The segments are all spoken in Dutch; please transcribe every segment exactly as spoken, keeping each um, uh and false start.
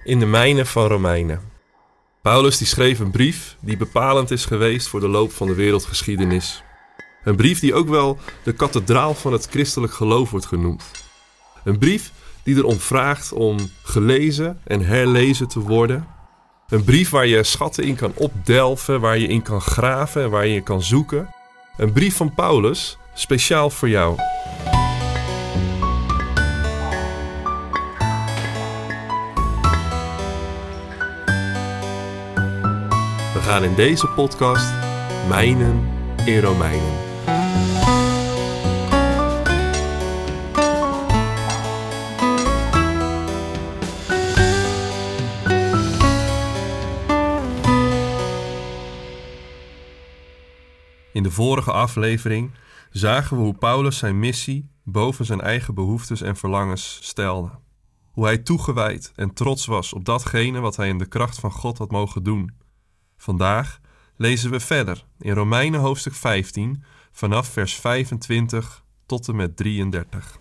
in de mijnen van Romeinen. Paulus die schreef een brief die bepalend is geweest voor de loop van de wereldgeschiedenis. Een brief die ook wel de kathedraal van het christelijk geloof wordt genoemd. Een brief die erom vraagt om gelezen en herlezen te worden. Een brief waar je schatten in kan opdelven, waar je in kan graven en waar je in kan zoeken. Een brief van Paulus, speciaal voor jou. We gaan in deze podcast mijnen in Romeinen. In de vorige aflevering zagen we hoe Paulus zijn missie boven zijn eigen behoeftes en verlangens stelde. Hoe hij toegewijd en trots was op datgene wat hij in de kracht van God had mogen doen. Vandaag lezen we verder in Romeinen hoofdstuk vijftien vanaf vers vijfentwintig tot en met drieëndertig.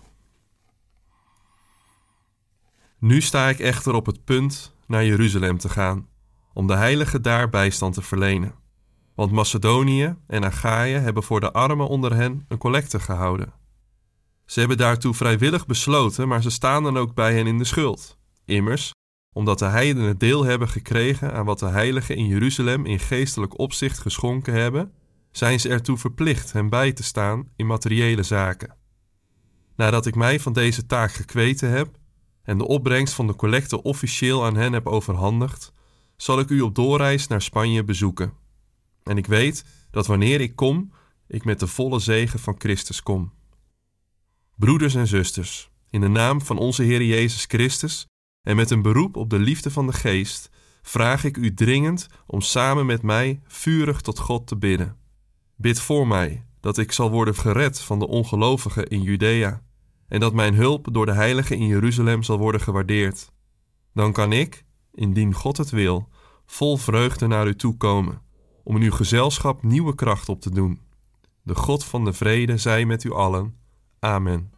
Nu sta ik echter op het punt naar Jeruzalem te gaan, om de heiligen daar bijstand te verlenen. Want Macedonië en Achaïe hebben voor de armen onder hen een collecte gehouden. Ze hebben daartoe vrijwillig besloten, maar ze staan dan ook bij hen in de schuld. Immers, omdat de heidenen deel hebben gekregen aan wat de heiligen in Jeruzalem in geestelijk opzicht geschonken hebben, zijn ze ertoe verplicht hen bij te staan in materiële zaken. Nadat ik mij van deze taak gekweten heb en de opbrengst van de collecte officieel aan hen heb overhandigd, zal ik u op doorreis naar Spanje bezoeken. En ik weet dat wanneer ik kom, ik met de volle zegen van Christus kom. Broeders en zusters, in de naam van onze Heer Jezus Christus en met een beroep op de liefde van de Geest, vraag ik u dringend om samen met mij vurig tot God te bidden. Bid voor mij, dat ik zal worden gered van de ongelovigen in Judea en dat mijn hulp door de heiligen in Jeruzalem zal worden gewaardeerd. Dan kan ik, indien God het wil, vol vreugde naar u toe komen, om in uw gezelschap nieuwe kracht op te doen. De God van de vrede zij met u allen. Amen.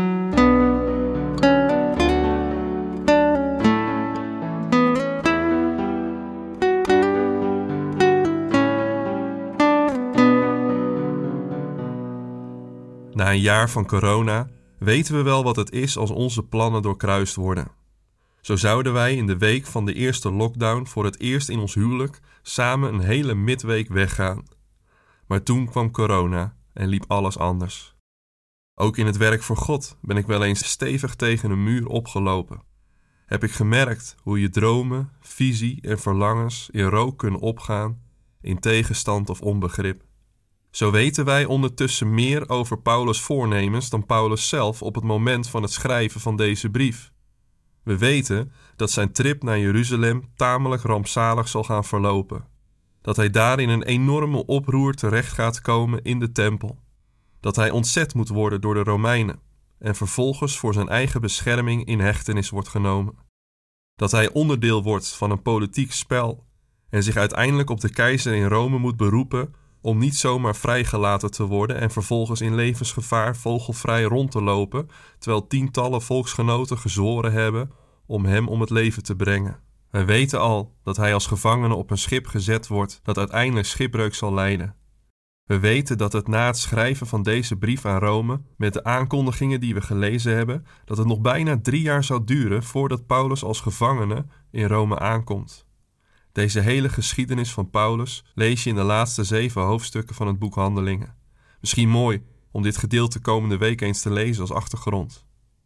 Na een jaar van corona weten we wel wat het is als onze plannen doorkruist worden. Zo zouden wij in de week van de eerste lockdown voor het eerst in ons huwelijk samen een hele midweek weggaan. Maar toen kwam corona en liep alles anders. Ook in het werk voor God ben ik wel eens stevig tegen een muur opgelopen. Heb ik gemerkt hoe je dromen, visie en verlangens in rook kunnen opgaan, in tegenstand of onbegrip. Zo weten wij ondertussen meer over Paulus' voornemens dan Paulus zelf op het moment van het schrijven van deze brief. We weten dat zijn trip naar Jeruzalem tamelijk rampzalig zal gaan verlopen. Dat hij daar in een enorme oproer terecht gaat komen in de tempel. Dat hij ontzet moet worden door de Romeinen en vervolgens voor zijn eigen bescherming in hechtenis wordt genomen. Dat hij onderdeel wordt van een politiek spel en zich uiteindelijk op de keizer in Rome moet beroepen om niet zomaar vrijgelaten te worden en vervolgens in levensgevaar vogelvrij rond te lopen, terwijl tientallen volksgenoten gezworen hebben om hem om het leven te brengen. Wij weten al dat hij als gevangene op een schip gezet wordt dat uiteindelijk schipbreuk zal lijden. We weten dat het na het schrijven van deze brief aan Rome, met de aankondigingen die we gelezen hebben, dat het nog bijna drie jaar zou duren voordat Paulus als gevangene in Rome aankomt. Deze hele geschiedenis van Paulus lees je in de laatste zeven hoofdstukken van het boek Handelingen. Misschien mooi om dit gedeelte komende week eens te lezen als achtergrond.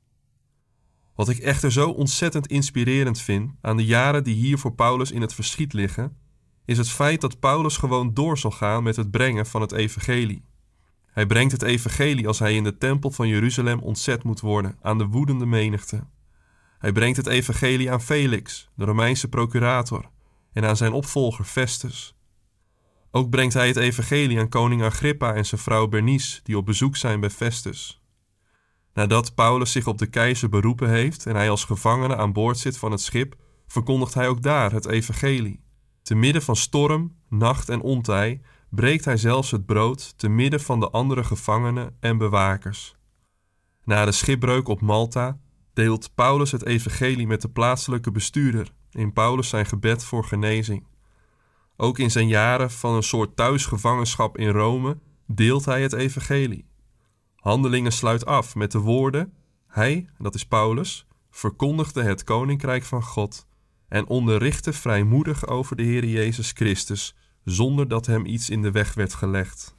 Wat ik echter zo ontzettend inspirerend vind aan de jaren die hier voor Paulus in het verschiet liggen, is het feit dat Paulus gewoon door zal gaan met het brengen van het evangelie. Hij brengt het evangelie als hij in de tempel van Jeruzalem ontzet moet worden aan de woedende menigte. Hij brengt het evangelie aan Felix, de Romeinse procurator, en aan zijn opvolger Festus. Ook brengt hij het evangelie aan koning Agrippa en zijn vrouw Bernice, die op bezoek zijn bij Festus. Nadat Paulus zich op de keizer beroepen heeft en hij als gevangene aan boord zit van het schip, verkondigt hij ook daar het evangelie. Te midden van storm, nacht en ontij breekt hij zelfs het brood te midden van de andere gevangenen en bewakers. Na de schipbreuk op Malta deelt Paulus het evangelie met de plaatselijke bestuurder in Paulus zijn gebed voor genezing. Ook in zijn jaren van een soort thuisgevangenschap in Rome deelt hij het evangelie. Handelingen sluit af met de woorden: hij, dat is Paulus, verkondigde het koninkrijk van God en onderrichtte vrijmoedig over de Heer Jezus Christus, zonder dat hem iets in de weg werd gelegd.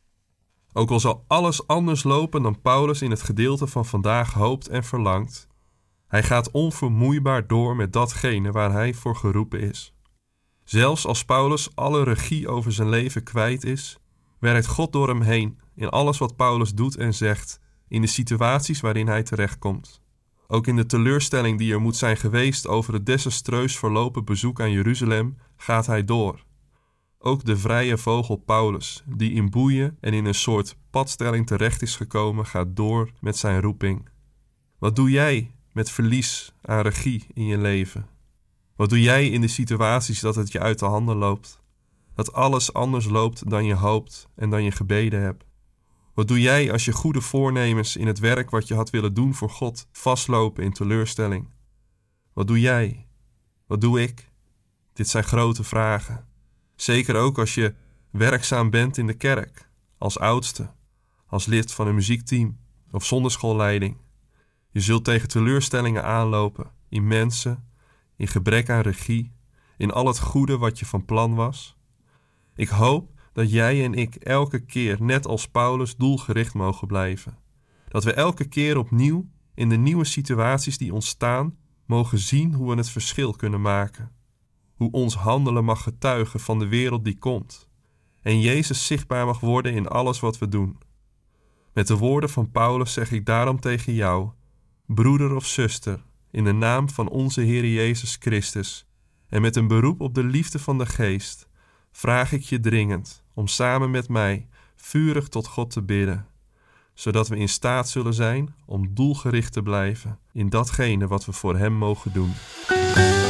Ook al zal alles anders lopen dan Paulus in het gedeelte van vandaag hoopt en verlangt, hij gaat onvermoeibaar door met datgene waar hij voor geroepen is. Zelfs als Paulus alle regie over zijn leven kwijt is, werkt God door hem heen in alles wat Paulus doet en zegt, in de situaties waarin hij terechtkomt. Ook in de teleurstelling die er moet zijn geweest over het desastreus verlopen bezoek aan Jeruzalem, gaat hij door. Ook de vrije vogel Paulus, die in boeien en in een soort padstelling terecht is gekomen, gaat door met zijn roeping. Wat doe jij met verlies aan regie in je leven? Wat doe jij in de situaties dat het je uit de handen loopt? Dat alles anders loopt dan je hoopt en dan je gebeden hebt? Wat doe jij als je goede voornemens in het werk wat je had willen doen voor God vastlopen in teleurstelling? Wat doe jij? Wat doe ik? Dit zijn grote vragen. Zeker ook als je werkzaam bent in de kerk, als oudste, als lid van een muziekteam of zonderschoolleiding. Je zult tegen teleurstellingen aanlopen, in mensen, in gebrek aan regie, in al het goede wat je van plan was. Ik hoop dat jij en ik elke keer, net als Paulus, doelgericht mogen blijven. Dat we elke keer opnieuw in de nieuwe situaties die ontstaan, mogen zien hoe we het verschil kunnen maken. Hoe ons handelen mag getuigen van de wereld die komt. En Jezus zichtbaar mag worden in alles wat we doen. Met de woorden van Paulus zeg ik daarom tegen jou, broeder of zuster, in de naam van onze Heer Jezus Christus, en met een beroep op de liefde van de Geest, vraag ik je dringend om samen met mij vurig tot God te bidden, zodat we in staat zullen zijn om doelgericht te blijven in datgene wat we voor Hem mogen doen.